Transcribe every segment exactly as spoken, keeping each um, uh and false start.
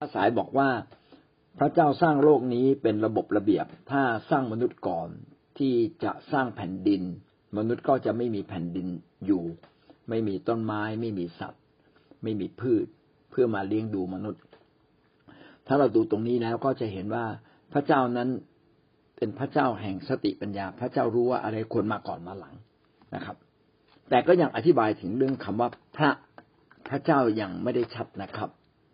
สายบอกว่าพระเจ้าสร้างโลกนี้เป็นระบบระเบียบถ้าสร้างมนุษย์ก่อนที่จะสร้างแผ่นดินมนุษย์ก็จะไม่มีแผ่นดินอยู่ไม่มีต้นไม้ไม่มีสัตว์ไม่มีพืชเพื่อมาเลี้ยงดูมนุษย์ถ้าเราดูตรงนี้แล้วก็จะเห็นว่าพระเจ้านั้นเป็นพระเจ้าแห่งสติปัญญาพระเจ้ารู้ว่าอะไรควรมาก่อนมาหลังนะครับแต่ก็ยังอธิบายถึงเรื่องคำว่าพระพระเจ้ายังไม่ได้ชัดนะครับ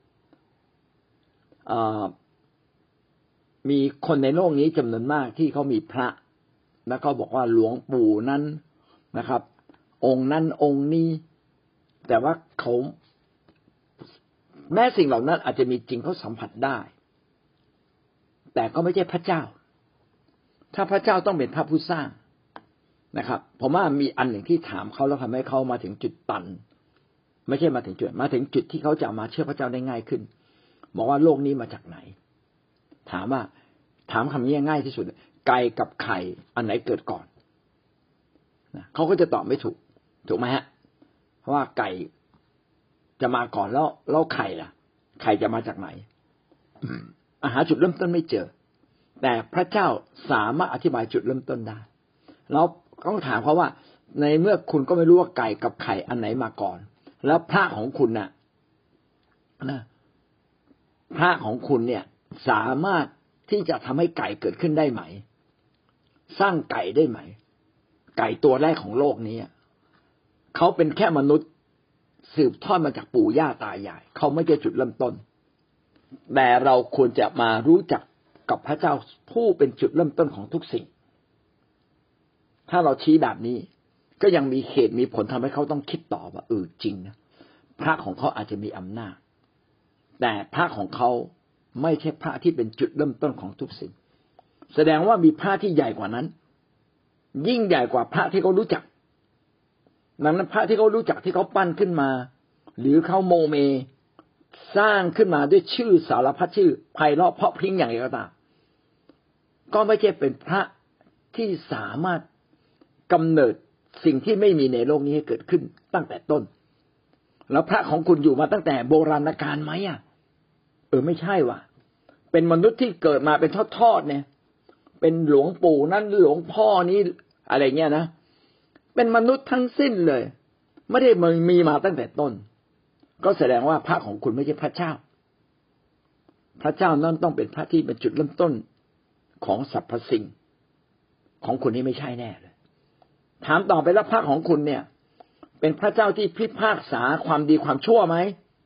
มีคนในโลกนี้จำนวนมากที่เขามีพระแล้วก็บอกว่าหลวงปู่นั้นนะครับองค์นั้นองค์นี้แต่ว่าเขาแม้สิ่งเหล่านั้นอาจจะมีจริงเขาสัมผัสได้แต่ก็ไม่ใช่พระเจ้าถ้าพระเจ้าต้องเป็นพระผู้สร้างนะครับผมว่ามีอันหนึ่งที่ถามเขาแล้วทำให้เขามาถึงจุดตันไม่ใช่มาถึงจุดมาถึงจุดที่เขาจะมาเชื่อพระเจ้าได้ง่ายขึ้นบอกว่าโลกนี้มาจากไหนถามว่าถามคำนี้ง่ายที่สุดไก่กับไข่อันไหนเกิดก่อนนะเขาก็จะตอบไม่ถูกถูกไหมฮะเพราะว่าไก่จะมาก่อนแล้วแล้วไข่ล่ะไข่จะมาจากไหนอาหาจุดเริ่มต้นไม่เจอแต่พระเจ้าสามารถอธิบายจุดเริ่มต้นได้แล้วต้องถามเขาว่าในเมื่อคุณก็ไม่รู้ว่าไก่กับไข่อันไหนมาก่อนแล้วพระของคุณน่ะนะพระของคุณเนี่ยสามารถที่จะทำให้ไก่เกิดขึ้นได้ไหมสร้างไก่ได้ไหมไก่ตัวแรกของโลกนี้เขาเป็นแค่มนุษย์สืบทอดมาจากปู่ย่าตายายเขาไม่ใช่จุดเริ่มต้นแต่เราควรจะมารู้จักกับพระเจ้าผู้เป็นจุดเริ่มต้นของทุกสิ่งถ้าเราชี้แบบนี้ก็ยังมีเหตุมีผลทำให้เขาต้องคิดต่อว่าเออจริงนะพระของเขาอาจจะมีอำนาจแต่พระของเขาไม่ใช่พระที่เป็นจุดเริ่มต้นของทุกสิ่งแสดงว่ามีพระที่ใหญ่กว่านั้นยิ่งใหญ่กว่าพระที่เขารู้จักดังนั้นพระที่เขารู้จักที่เขาปั้นขึ้นมาหรือเขาโมเมสร้างขึ้นมาด้วยชื่อสารพัดชื่อไพเราะเพราะพริ้งอย่างไรก็ตามก็ไม่ใช่เป็นพระที่สามารถกำเนิดสิ่งที่ไม่มีในโลกนี้ให้เกิดขึ้นตั้งแต่ต้นแล้วพระของคุณอยู่มาตั้งแต่โบราณกาลไหมอ่ะเออไม่ใช่ว่ะเป็นมนุษย์ที่เกิดมาเป็นทอดๆเนี่ยเป็นหลวงปู่นั่นหลวงพ่อนี้อะไรเงี้ยนะเป็นมนุษย์ทั้งสิ้นเลยไม่ได้มีมาตั้งแต่ต้นก็แสดงว่าพระของคุณไม่ใช่พระเจ้าพระเจ้านั้นต้องเป็นพระที่เป็นจุดเริ่มต้นของสรรพสิ่งของคุณนี่ไม่ใช่แน่เลยถามต่อไปแล้วพระของคุณเนี่ยเป็นพระเจ้าที่พิพากษาความดีความชั่วไหม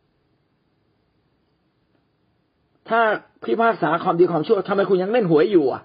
ถ้าพิพากษาความดีความชั่วทำไมคุณยังเล่นหวยอยู่อ่ะ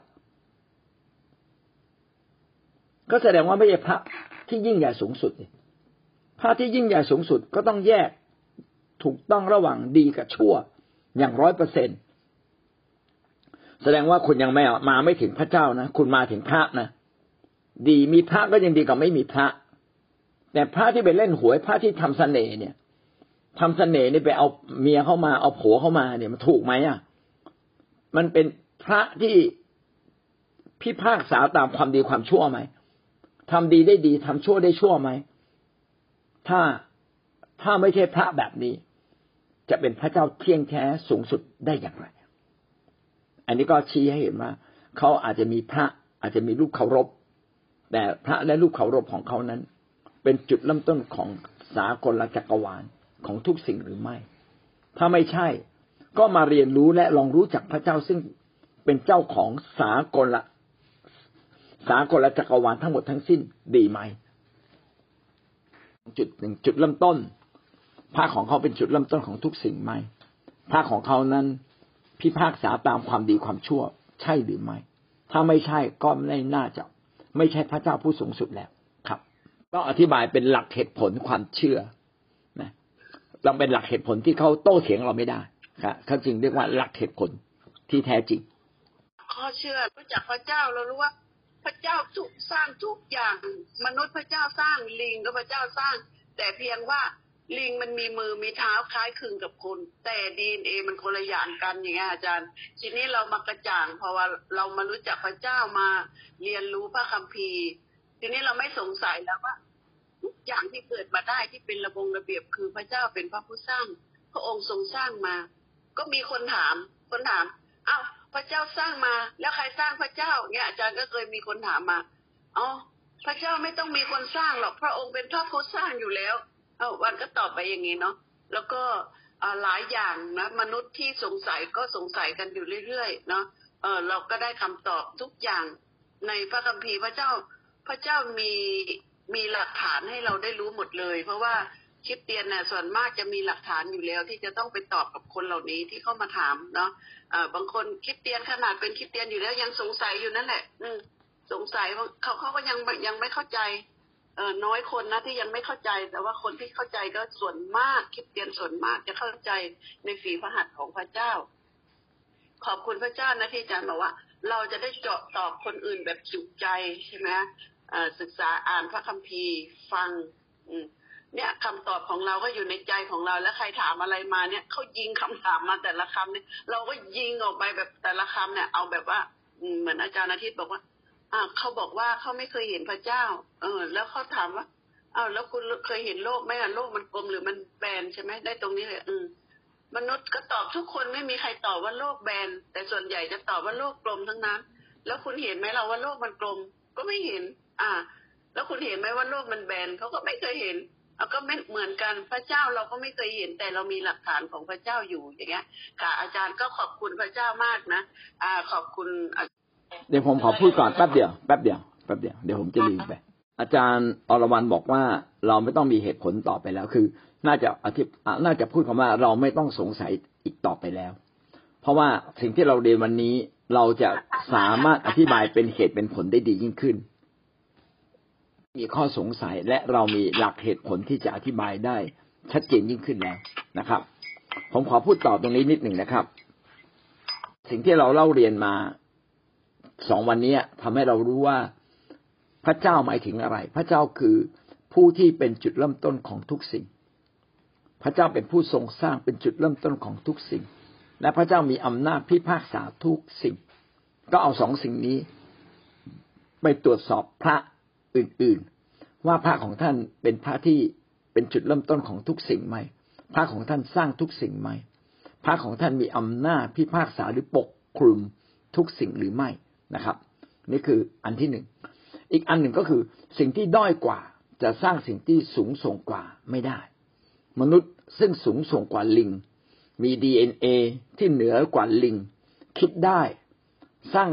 ก็แสดงว่าไม่ใช่พระที่ยิ่งใหญ่สูงสุดพระที่ยิ่งใหญ่สูงสุดก็ต้องแยกถูกต้องระหว่างดีกับชั่วอย่างร้อยเปอร์เซ็นต์แสดงว่าคุณยังไม่มาไม่ถึงพระเจ้านะคุณมาถึงพระนะดีมีพระก็ยังดีกว่าไม่มีพระแต่พระที่ไปเล่นหวยพระที่ทำเสน่ห์เนี่ยทำเสน่ห์นี่ไปเอาเมียเข้ามาเอาผัวเข้ามาเนี่ยมันถูกไหมอ่ะมันเป็นพระที่พิพากษาตามความดีความชั่วไหมทำดีได้ดีทำชั่วได้ชั่วไหมถ้าถ้าไม่ใช่พระแบบนี้จะเป็นพระเจ้าเที่ยงแท้สูงสุดได้อย่างไรอันนี้ก็ชี้ให้เห็นว่าเขาอาจจะมีพระอาจจะมีรูปเคารพแต่พระและรูปเคารพของเขานั้นเป็นจุดเริ่มต้นของสากลจักรวาลของทุกสิ่งหรือไม่ถ้าไม่ใช่ก็มาเรียนรู้และลองรู้จักพระเจ้าซึ่งเป็นเจ้าของสากลสากลจักรวาลทั้งหมดทั้งสิ้นดีไหมจุดหนึ่งจุดเริ่มต้นพระของเขาเป็นจุดเริ่มต้นของทุกสิ่งไหมพระของเขานั้นพิพากษาตามความดีความชั่วใช่หรือไม่ถ้าไม่ใช่ก็ไม่น่าจะไม่ใช่พระเจ้าผู้สูงสุดแล้วครับต้องอธิบายเป็นหลักเหตุผลความเชื่อนะต้องเป็นหลักเหตุผลที่เขาโต้เถียงเราไม่ได้ครับเขาจึงเรียกว่าหลักเหตุผลที่แท้จริงข้อเชื่อรู้จักพระเจ้าเรารู้ว่าพระเจ้าทุกสร้างทุกอย่างมนุษย์พระเจ้าสร้างลิงก็พระเจ้าสร้างแต่เพียงว่าลิงมันมีมือมีเท้าคล้ายคลึงกับคนแต่ ดี เอ็น เอ มันคนละอย่างกันอย่างเงี้ยอาจารย์ทีนี้เรามากระจ่างเพราะว่าเรามารู้จักพระเจ้ามาเรียนรู้พระคัมภีร์ทีนี้เราไม่สงสัยแล้วว่าทุกอย่างที่เกิดมาได้ที่เป็นระบบระเบียบคือพระเจ้าเป็นพระผู้สร้างพระองค์ทรงสร้างมาก็มีคนถามคนถามอ้าวพระเจ้าสร้างมาแล้วใครสร้างพระเจ้าเนี่ยอาจารย์ก็เคยมีคนถามมาอ๋อพระเจ้าไม่ต้องมีคนสร้างหรอกพระองค์เป็นพระผู้สร้างอยู่แล้วเอ้าวันก็ตอบไปอย่างนี้เนาะแล้วก็หลายอย่างนะมนุษย์ที่สงสัยก็สงสัยกันอยู่เรื่อยๆเนาะเออเราก็ได้คำตอบทุกอย่างในพระคัมภีร์พระเจ้าพระเจ้ามีมีหลักฐานให้เราได้รู้หมดเลยเพราะว่าคริสเตียนน่ะส่วนมากจะมีหลักฐานอยู่แล้วที่จะต้องไปตอบกับคนเหล่านี้ที่เข้ามาถามเนาะเอ่อบางคนคริสเตียนขนาดเป็นคริสเตียนอยู่แล้วยังสงสัยอยู่นั่นแหละอืมสงสัยว่าเขาเขาก็ยังยังไม่เข้าใจเอ่อน้อยคนนะที่ยังไม่เข้าใจแต่ว่าคนที่เข้าใจก็ส่วนมากคริสเตียนส่วนมากจะเข้าใจในฝีพระหัตถ์ของพระเจ้าขอบคุณพระเจ้านะที่อาจารย์บอกว่าเราจะได้เจาะตอบคนอื่นแบบจุใจใช่ไหมเอ่อศึกษาอ่านพระคัมภีร์ฟังอืมเนี่ยคำตอบของเราก็อยู่ในใจของเราแล้วใครถามอะไรมาเนี่ยเขายิงคำถามมาแต่ละคำเนี่ยเราก็ยิงออกไปแบบแต่ละคำเนี่ยเอาแบบว่าเหมือนอาจารย์อาทิตย์บอกว่าอ่าเขาบอกว่าเขาไม่เคยเห็นพระเจ้าเออแล้วเขาถามว่าอ้าวแล้วคุณเคยเห็นโลกไหมอ่ะโลกมันกลมหรือมันแบนใช่ไหมได้ตรงนี้เลยอืมมนุษย์ก็ตอบทุกคนไม่มีใครตอบว่าโลกแบนแต่ส่วนใหญ่จะตอบว่าโลกกลมทั้งนั้นแล้วคุณเห็นไหมเราว่าโลกมันกลมก็ไม่เห็นอ่าแล้วคุณเห็นไหมว่าโลกมันแบนเขาก็ไม่เคยเห็นเอาก็ไม่เหมือนกันพระเจ้าเราก็ไม่เคยเห็นแต่เรามีหลักฐานของพระเจ้าอยู่อย่างเงี้ยค่ะอาจารย์ก็ขอบคุณพระเจ้ามากนะอ่าขอบคุณเดี๋ยวผมขอพูดก่อนแป๊บเดียวแป๊บเดียวแป๊บเดียวเดี๋ยวผมจะลืมไปอาจารย์อรวรรณบอกว่าเราไม่ต้องมีเหตุผลต่อไปแล้วคือน่าจะอธิน่าจะพูดคำว่าเราไม่ต้องสงสัยอีกต่อไปแล้วเพราะว่าสิ่งที่เราเรียนวันนี้เราจะสามารถอธิบายเป็นเหตุเป็นผลได้ดียิ่งขึ้นมีข้อสงสัยและเรามีหลักเหตุผลที่จะอธิบายได้ชัดเจนยิ่งขึ้นแล้วนะครับผมขอพูดต่อตรงนี้นิดหนึ่งนะครับสิ่งที่เราเล่าเรียนมาสองวันนี้ทำให้เรารู้ว่าพระเจ้าหมายถึงอะไรพระเจ้าคือผู้ที่เป็นจุดเริ่มต้นของทุกสิ่งพระเจ้าเป็นผู้ทรงสร้างเป็นจุดเริ่มต้นของทุกสิ่งและพระเจ้ามีอำนาจพิพากษาทุกสิ่งก็เอาสองสิ่งนี้ไปตรวจสอบพระอื่นๆว่าพระของท่านเป็นพระที่เป็นจุดเริ่มต้นของทุกสิ่งไหมพระของท่านสร้างทุกสิ่งไหมพระของท่านมีอำนาจพิพากษาหรือปกคลุมทุกสิ่งหรือไม่นะครับนี่คืออันที่หนึ่งอีกอันหนึ่งก็คือสิ่งที่ด้อยกว่าจะสร้างสิ่งที่สูงส่งกว่าไม่ได้มนุษย์ซึ่งสูงส่งกว่าลิงมี ดี เอ็น เอ ที่เหนือกว่าลิงคิดได้สร้าง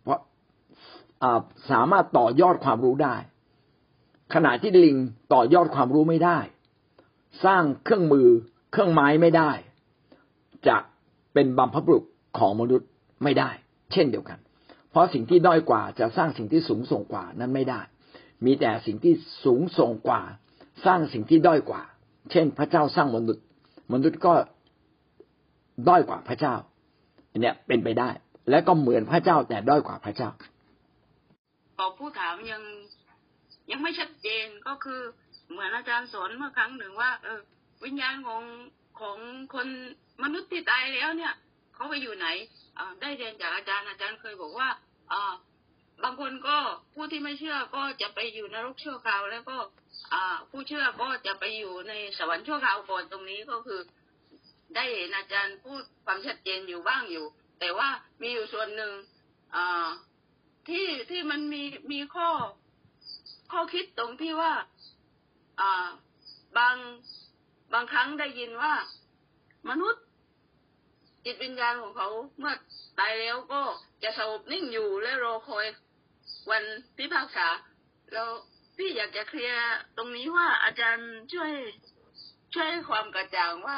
สามารถต่อยอดความรู้ได้ขณะที่ลิงต่อยอดความรู้ไม่ได้สร้างเครื่องมือเครื่องไม้ไม่ได้จะเป็นบัมพบุรุษของมนุษย์ไม่ได้เช่นเดียวกันเพราะสิ่งที่ด้อยกว่าจะสร้างสิ่งที่สูงส่งกว่านั้นไม่ได้มีแต่สิ่งที่สูงส่งกว่าสร้างสิ่งที่ด้อยกว่าเช่นพระเจ้าสร้างมนุษย์มนุษย์ก็ด้อยกว่าพระเจ้าอันเนี้ยเป็นไปได้และก็เหมือนพระเจ้าแต่ด้อยกว่าพระเจ้าขอผู้ถามยังยังไม่ชัดเจนก็คือเหมือนอาจารย์สอนเมื่อครั้งหนึ่งว่าเออวิญญาณของของคนมนุษย์ที่ตายแล้วเนี่ยเขาไปอยู่ไหนอ่าได้เรียนจากอาจารย์อาจารย์เคยบอกว่าอ่าบางคนก็ผู้ที่ไม่เชื่อก็จะไปอยู่นรกชั่วคราวแล้วก็อ่าผู้เชื่อก็จะไปอยู่ในสวรรค์ชั่วคราวก่อนตรงนี้ก็คือได้เห็นอาจารย์พูดความชัดเจนอยู่บ้างอยู่แต่ว่ามีอยู่ส่วนหนึ่งอ่าที่ที่มันมีมีข้อข้อคิดตรงที่ว่าอ่าบางบางครั้งได้ยินว่ามนุษย์จิตวิญญาณของเขาเมื่อตายแล้วก็จะสงบนิ่งอยู่และรอคอยวันพิพากษาแล้วพี่อยากจะเคลียร์ตรงนี้ว่าอาจารย์ช่วยช่วยให้ความกระจ่างว่า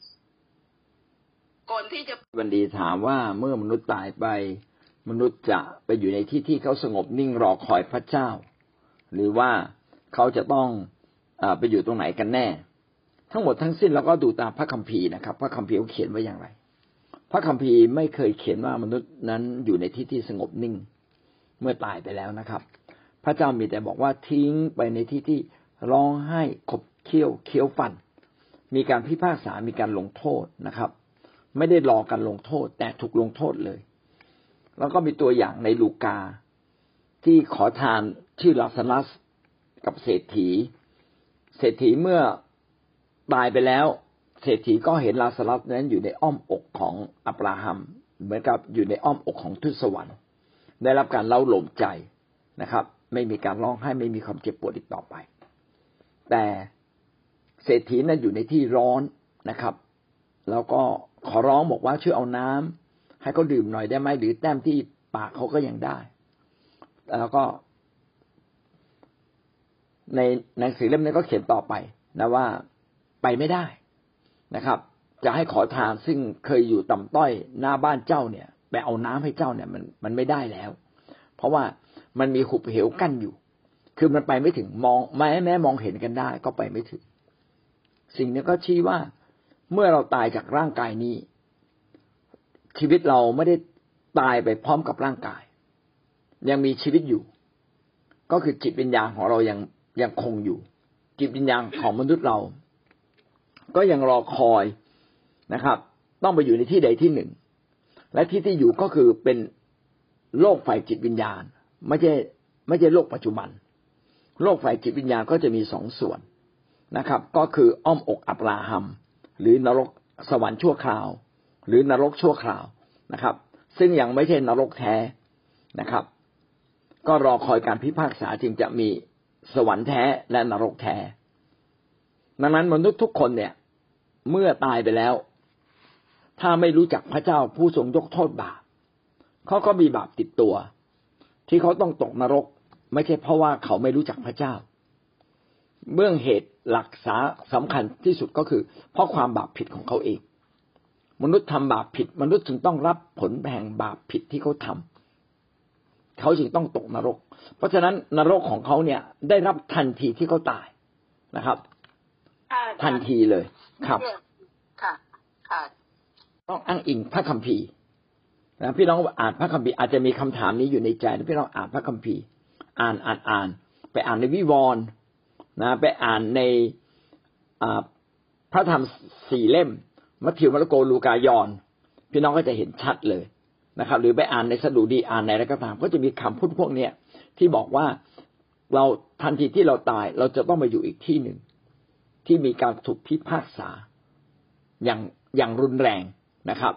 ก่อนที่จะวันดีถามว่าเมื่อมนุษย์ตายไปมนุษย์จะไปอยู่ในที่ที่เขาสงบนิ่งรอคอยพระเจ้าหรือว่าเขาจะต้องเอ่อไปอยู่ตรงไหนกันแน่ทั้งหมดทั้งสิ้นเราก็ดูตามพระคัมภีร์นะครับพระคัมภีร์เขาเขียนไว้อย่างไรพระคัมภีร์ไม่เคยเขียนว่ามนุษย์นั้นอยู่ในที่ที่สงบนิ่งเมื่อตายไปแล้วนะครับพระเจ้ามีแต่บอกว่าทิ้งไปในที่ที่ร้องไห้ขบเคี้ยวเคี้ยวฟันมีการพิพากษามีการลงโทษนะครับไม่ได้รอการลงโทษแต่ถูกลงโทษเลยแล้วก็มีตัวอย่างในลูกาที่ขอทานชื่อลาซารัสกับเศรษฐีเศรษฐีเมื่อตายไปแล้วเเศรษฐีก็เห็นลาซารัสนั้นอยู่ในอ้อมอกของอับราฮัมเหมือนกับอยู่ในอ้อมอกของทูตสวรรค์ได้รับการเล้าหลอมใจนะครับไม่มีการร้องไห้ไม่มีความเจ็บปวดอีกต่อไปแต่เศรษฐีนั้นอยู่ในที่ร้อนนะครับแล้วก็ขอร้องบอกว่าช่วยเอาน้ำให้เขาดื่มหน่อยได้ไหมหรือแต้มที่ปากเขาก็ยังได้แล้วก็ในหนังสือเล่มนี้ก็เขียนต่อไปนะว่าไปไม่ได้นะครับจะให้ขอทานซึ่งเคยอยู่ต่ำต้อยหน้าบ้านเจ้าเนี่ยไปเอาน้ำให้เจ้าเนี่ยมันมันไม่ได้แล้วเพราะว่ามันมีหุบเหวกั้นอยู่คือมันไปไม่ถึงมองแม้แม้มองเห็นกันได้ก็ไปไม่ถึงสิ่งนี้ก็ชี้ว่าเมื่อเราตายจากร่างกายนี้ชีวิตเราไม่ได้ตายไปพร้อมกับร่างกายยังมีชีวิตอยู่ก็คือจิตวิญญาณของเรายังยังคงอยู่จิตวิญญาณของมนุษย์เราก็ยังรอคอยนะครับต้องไปอยู่ในที่ใดที่หนึ่งและที่ที่อยู่ก็คือเป็นโลกฝ่ายจิตวิญญาณไม่ใช่ไม่ใช่โลกปัจจุบันโลกฝ่ายจิตวิญญาณก็จะมีสองส่วนนะครับก็คืออ้อมอกอับราฮัมหรือนรกสวรรค์ชั่วคราวหรือนรกชั่วคราวนะครับซึ่งยังไม่ใช่นรกแท้นะครับก็รอคอยการพิพากษาจึงจะมีสวรรค์แท้และนรกแท้ดังนั้นมนุษย์ทุกคนเนี่ยเมื่อตายไปแล้วถ้าไม่รู้จักพระเจ้าผู้ทรงยกโทษบาปเขาก็มีบาปติดตัวที่เขาต้องตกนรกไม่ใช่เพราะว่าเขาไม่รู้จักพระเจ้าเบื้องเหตุหลักสาสำคัญที่สุดก็คือเพราะความบาปผิดของเขาเองมนุษย์ทำบาปผิดมนุษย์จึงต้องรับผลแห่งบาปผิดที่เขาทำเขาจึงต้องตกนรกเพราะฉะนั้นนรกของเขาเนี่ยได้รับทันทีที่เขาตายนะครับทันทีเลยครับค่ะค่ะต้องอ้างอิงพระคัมภีร์นะพี่น้องอ่านพระคัมภีร์อาจจะมีคำถามนี้อยู่ในใจนะพี่น้องอ่านพระคัมภีร์อ่านอ่านอ่านไปอ่านในวิวรณ์นะไปอ่านในพระธรรมสี่เล่มมัทธิวมาระโกลูกายอห์นพี่น้องก็จะเห็นชัดเลยนะครับหรือไปอ่านในสดุดีอ่านในอะไรก็ตามก็จะมีคำพูดพวกนี้ที่บอกว่าเราทันทีที่เราตายเราจะต้องไปอยู่อีกที่หนึ่งที่มีการถูกพิพากษาอย่างอย่างรุนแรงนะครับ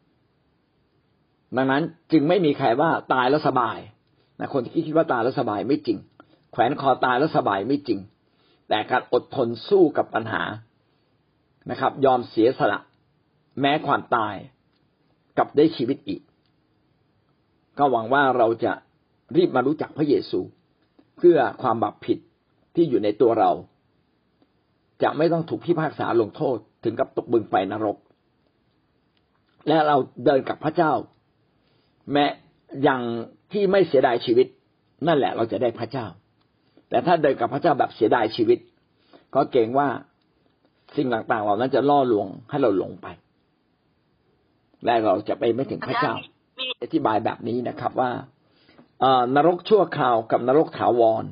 ดังนั้นจึงไม่มีใครว่าตายแล้วสบายนะคนที่คิดว่าตายแล้วสบายไม่จริงแขวนคอตายแล้วสบายไม่จริงแต่การอดทนสู้กับปัญหานะครับยอมเสียสละแม้ความตายกับได้ชีวิตอีกก็หวังว่าเราจะรีบมารู้จักพระเยซูเพื่อความบาปผิดที่อยู่ในตัวเราจะไม่ต้องถูกพิพากษาลงโทษถึงกับตกบึงไฟนรกและเราเดินกับพระเจ้าแม้อย่างที่ไม่เสียดายชีวิตนั่นแหละเราจะได้พระเจ้าแต่ถ้าเดินกับพระเจ้าแบบเสียดายชีวิตก็เกรงว่าสิ่งต่างๆเหล่านั้นจะล่อลวงให้เราหลงไปและเราจะไปไม่ถึงพระเจ้าอธิบายแบบนี้นะครับว่านรกชั่วคราวกับนรกถาวร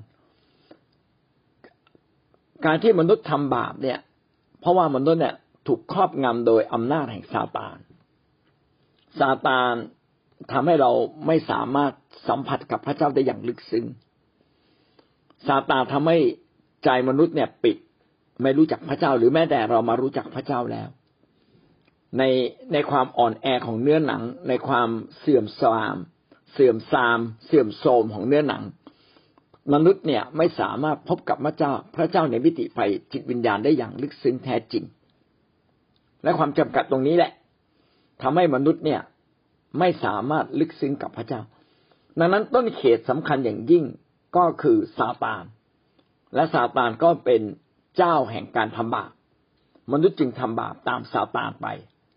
การที่มนุษย์ทำบาปเนี่ยเพราะว่ามนุษย์เนี่ยถูกครอบงำโดยอำนาจแห่งซาตานซาตานทำให้เราไม่สามารถสัมผัสกับพระเจ้าได้อย่างลึกซึ้งซาตานทำให้ใจมนุษย์เนี่ยปิดไม่รู้จักพระเจ้าหรือแม้แต่เรามารู้จักพระเจ้าแล้วในในความอ่อนแอของเนื้อหนังในความเสื่อมทรามเสื่อมทรามเสื่อมโทรมของเนื้อหนังมนุษย์เนี่ยไม่สามารถพบกับพระเจ้าพระเจ้าในมิติไฟจิตวิญญาณได้อย่างลึกซึ้งแท้จริงและความจำกัดตรงนี้แหละทำให้มนุษย์เนี่ยไม่สามารถลึกซึ้งกับพระเจ้าดังนั้นต้นเขตสำคัญอย่างยิ่งก็คือซาตานและซาตานก็เป็นเจ้าแห่งการทำบาปมนุษย์จึงทำบาปตามซาตานไป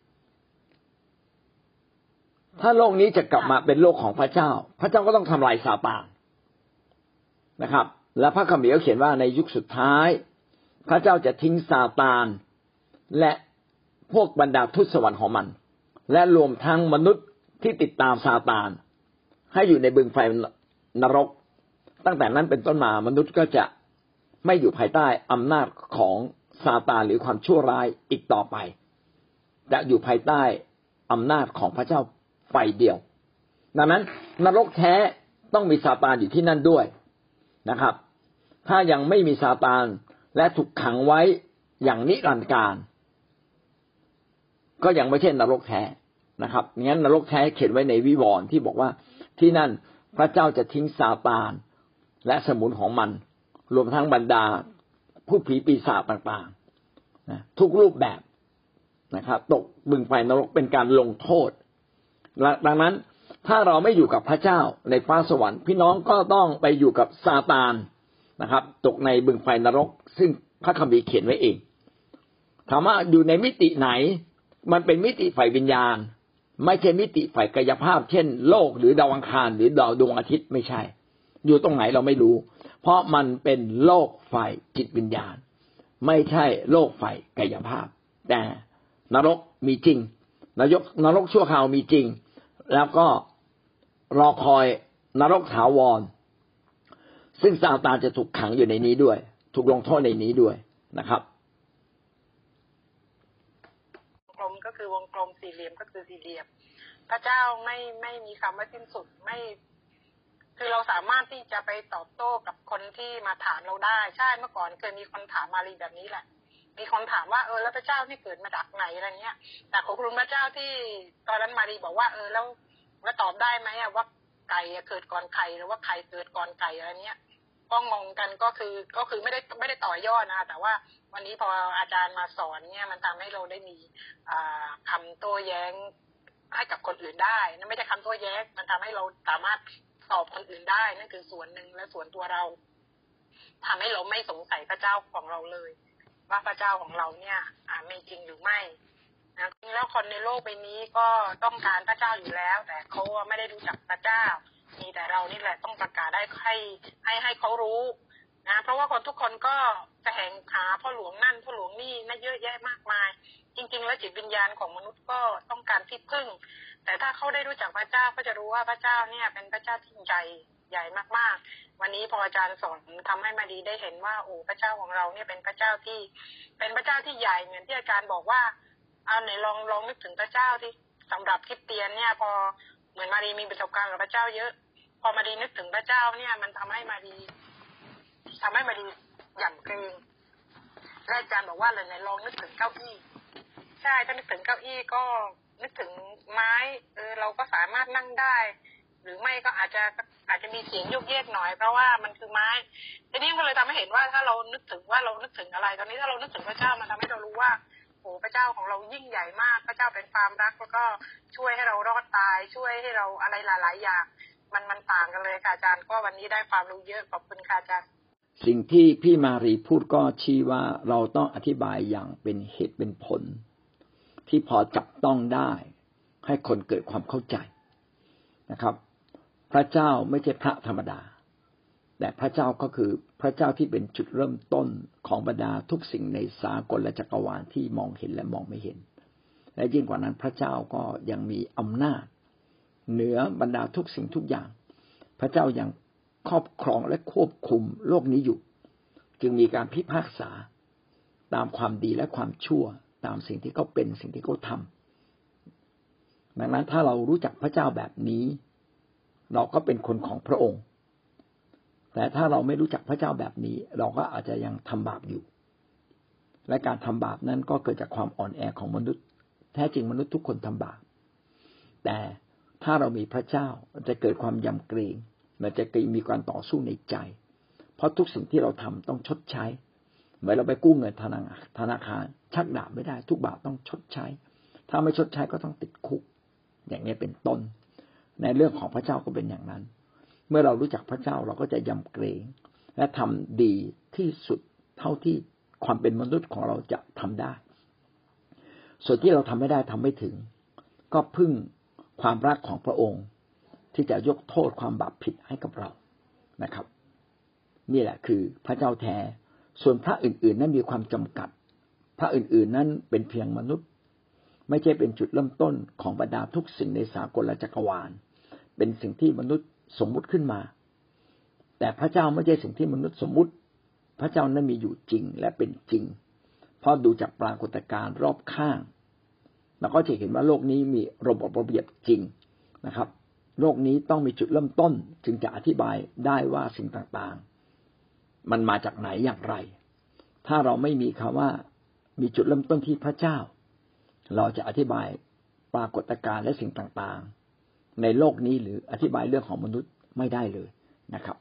ถ้าโลกนี้จะกลับมาเป็นโลกของพระเจ้าพระเจ้าก็ต้องทำลายซาตานนะครับและพระคัมภีร์เขียนว่าในยุคสุดท้ายพระเจ้าจะทิ้งซาตานและพวกบรรดาทูตสวรรค์ของมันและรวมทั้งมนุษย์ที่ติดตามซาตานให้อยู่ในบึงไฟนรกตั้งแต่นั้นเป็นต้นมามนุษย์ก็จะไม่อยู่ภายใต้อำนาจของซาตานหรือความชั่วร้ายอีกต่อไปจะอยู่ภายใต้อำนาจของพระเจ้าฝ่ายเดียวดังนั้นนรกแท้ต้องมีซาตานอยู่ที่นั่นด้วยนะครับถ้ายังไม่มีซาตานและถูกขังไว้อย่างนิรันดร์กาลก็ยังไม่ใช่นรกแท้นะครับงั้นนรกแท้เขียนไว้ในวิวรณ์ที่บอกว่าที่นั่นพระเจ้าจะทิ้งซาตานและสมุนของมันรวมทั้งบรรดาผู้ผีปีศาจต่างๆนะทุกรูปแบบนะครับตกบึงไฟนรกเป็นการลงโทษดังนั้นถ้าเราไม่อยู่กับพระเจ้าในฟ้าสวรรค์พี่น้องก็ต้องไปอยู่กับซาตานนะครับตกในบึงไฟนรกซึ่งพระคัมภีร์เขียนไว้เองถามว่าอยู่ในมิติไหนมันเป็นมิติฝ่ายวิญญาณไม่ใช่มิติฝ่ายกายภาพเช่นโลกหรือดาวอังคารหรือดาวดวงอาทิตย์ไม่ใช่อยู่ตรงไหนเราไม่รู้เพราะมันเป็นโลกฝ่ายจิตวิญญาณไม่ใช่โลกฝ่ายกายภาพแต่นรกมีจริงนรกนรกชั่วคราวมีจริงแล้วก็รอคอยนรกถาวรซึ่งซาตานจะถูกขังอยู่ในนี้ด้วยถูกลงโทษในนี้ด้วยนะครับวงกลมก็คือวงกลมสี่เหลี่ยมก็คือสี่เหลี่ยมพระเจ้าไม่ไม่มีคำว่าสิ้นสุดไม่คือเราสามารถที่จะไปตอบโต้กับคนที่มาถามเราได้ใช่เมื่อก่อนเคยมีคนถามมารีแบบนี้แหละมีคนถามว่าเออแล้วพระเจ้าที่เกิดมาจากไหนอะไรเงี้ยแต่ขอบคุณพระเจ้าที่ตอนนั้นมารีบอกว่าเออแล้วแล้วตอบได้ไหมอะว่าไก่เกิดก่อนไข่หรือว่าไข่เกิดก่อนไก่อะไรเงี้ยก็งงกันก็คือก็คือไม่ได้ไม่ได้ต่อยอดนะแต่ว่าวันนี้พออาจารย์มาสอนเนี่ยมันทำให้เราได้มีคำโต้แย้งให้กับคนอื่นได้นั่นไม่ใช่คำโต้แย้งมันทำให้เราสามารถตอบคนอื่นได้นั่นคือส่วนหนึ่งและส่วนตัวเราทำให้เราไม่สงสัยพระเจ้าของเราเลยว่าพระเจ้าของเราเนี่ยมีจริงหรือไม่นะแล้วคนในโลกใบนี้ก็ต้องการพระเจ้าอยู่แล้วแต่เขาไม่ได้รู้จักพระเจ้ามีแต่เรานี่แหละต้องประกาศได้ให้ให้ให้เขารู้นะเพราะว่าคนทุกคนก็จะแห่งหาพ่อหลวงนั่นพ่อหลวงนี่น่าเยอะแยะมากมายจริงๆแล้วจิตวิญญาณของมนุษย์ก็ต้องการที่พึ่งแต่ถ้าเขาได้รู้จักพระเจ้าก็จะรู้ว่าพระเจ้าเนี่ยเป็นพระเจ้าที่ใหญ่ใหญ่มากๆวันนี้พออาจารย์สอนทำให้มาดีได้เห็นว่าโอ้พระเจ้าของเราเนี่ยเป็นพระเจ้าที่เป็นพระเจ้าที่ใหญ่เหมือนที่อาจารย์บอกว่าเอาไหนลองลองนึกถึงพระเจ้าที่สำหรับคริสเตียนเนี่ยพอเหมือนมาดีมีประสบการณ์กับพระเจ้าเยอะพอมาดีนึกถึงพระเจ้าเนี่ยมันทำให้มาดีทำให้มาดีหยั่นเกรงและอาจารย์บอกว่าเลยไหนลองนึกถึงเก้าอี้ใช่ถ้านึกถึงเก้าอี้ก็นึกถึงไม้เออเราก็สามารถนั่งได้หรือไม่ก็อาจจะอาจจะมีเสียงโยกเยกหน่อยเพราะว่ามันคือไม้ทีนี้ก็เลยทำให้เห็นว่าถ้าเรานึกถึงว่าเรานึกถึงอะไรตอนนี้ถ้าเรานึกถึงพระเจ้ามันทำให้เรารู้ว่าโอ้พระเจ้าของเรายิ่งใหญ่มากพระเจ้าเป็นความรักแล้วก็ช่วยให้เรารอดตายช่วยให้เราอะไรหลายๆอย่างมันมันต่างกันเลยค่ะอาจารย์ก็วันนี้ได้ความรู้เยอะขอบคุณค่ะอาจารย์สิ่งที่พี่มารีพูดก็ชี้ว่าเราต้องอธิบายอย่างเป็นเหตุเป็นผลที่พอจับต้องได้ให้คนเกิดความเข้าใจนะครับพระเจ้าไม่ใช่พระธรรมดาแต่พระเจ้าก็คือพระเจ้าที่เป็นจุดเริ่มต้นของบรรดาทุกสิ่งในสากลและจักรวาลที่มองเห็นและมองไม่เห็นและยิ่งกว่านั้นพระเจ้าก็ยังมีอำนาจเหนือบรรดาทุกสิ่งทุกอย่างพระเจ้ายังครอบครองและควบคุมโลกนี้อยู่จึงมีการพิพากษาตามความดีและความชั่วตามสิ่งที่เขาเป็นสิ่งที่เขาทำดังนั้นถ้าเรารู้จักพระเจ้าแบบนี้เราก็เป็นคนของพระองค์แต่ถ้าเราไม่รู้จักพระเจ้าแบบนี้เราก็อาจจะยังทำบาปอยู่และการทำบาปนั้นก็เกิดจากความอ่อนแอของมนุษย์แท้จริงมนุษย์ทุกคนทำบาปแต่ถ้าเรามีพระเจ้าจะเกิดความยำเกรงมันจะมีการต่อสู้ในใจเพราะทุกสิ่งที่เราทำต้องชดใช้เหมือนเราไปกู้เงินธนาคารชักดาบไม่ได้ทุกบาทต้องชดใช้ถ้าไม่ชดใช้ก็ต้องติดคุกอย่างนี้เป็นต้นในเรื่องของพระเจ้าก็เป็นอย่างนั้นเมื่อเรารู้จักพระเจ้าเราก็จะยำเกรงและทำดีที่สุดเท่าที่ความเป็นมนุษย์ของเราจะทำได้ส่วนที่เราทำไม่ได้ทำไม่ถึงก็พึ่งความรักของพระองค์ที่จะยกโทษความบาปผิดให้กับเรานะครับนี่แหละคือพระเจ้าแท้ส่วนพระอื่นๆนั้นมีความจำกัดพระอื่นๆนั้นเป็นเพียงมนุษย์ไม่ใช่เป็นจุดเริ่มต้นของบรรดาทุกสิ่งในสากลจักรวาลเป็นสิ่งที่มนุษย์สมมุติขึ้นมาแต่พระเจ้าไม่ใช่สิ่งที่มนุษย์สมมุติพระเจ้านั้นมีอยู่จริงและเป็นจริงเพราะดูจากปรากฏการณ์รอบข้างเราก็จะเห็นว่าโลกนี้มีระบบระเบียบจริงนะครับโลกนี้ต้องมีจุดเริ่มต้นจึงจะอธิบายได้ว่าสิ่งต่างๆมันมาจากไหนอย่างไรถ้าเราไม่มีคำว่ามีจุดเริ่มต้นที่พระเจ้าเราจะอธิบายปรากฏการณ์และสิ่งต่างๆในโลกนี้หรืออธิบายเรื่องของมนุษย์ไม่ได้เลยนะครับ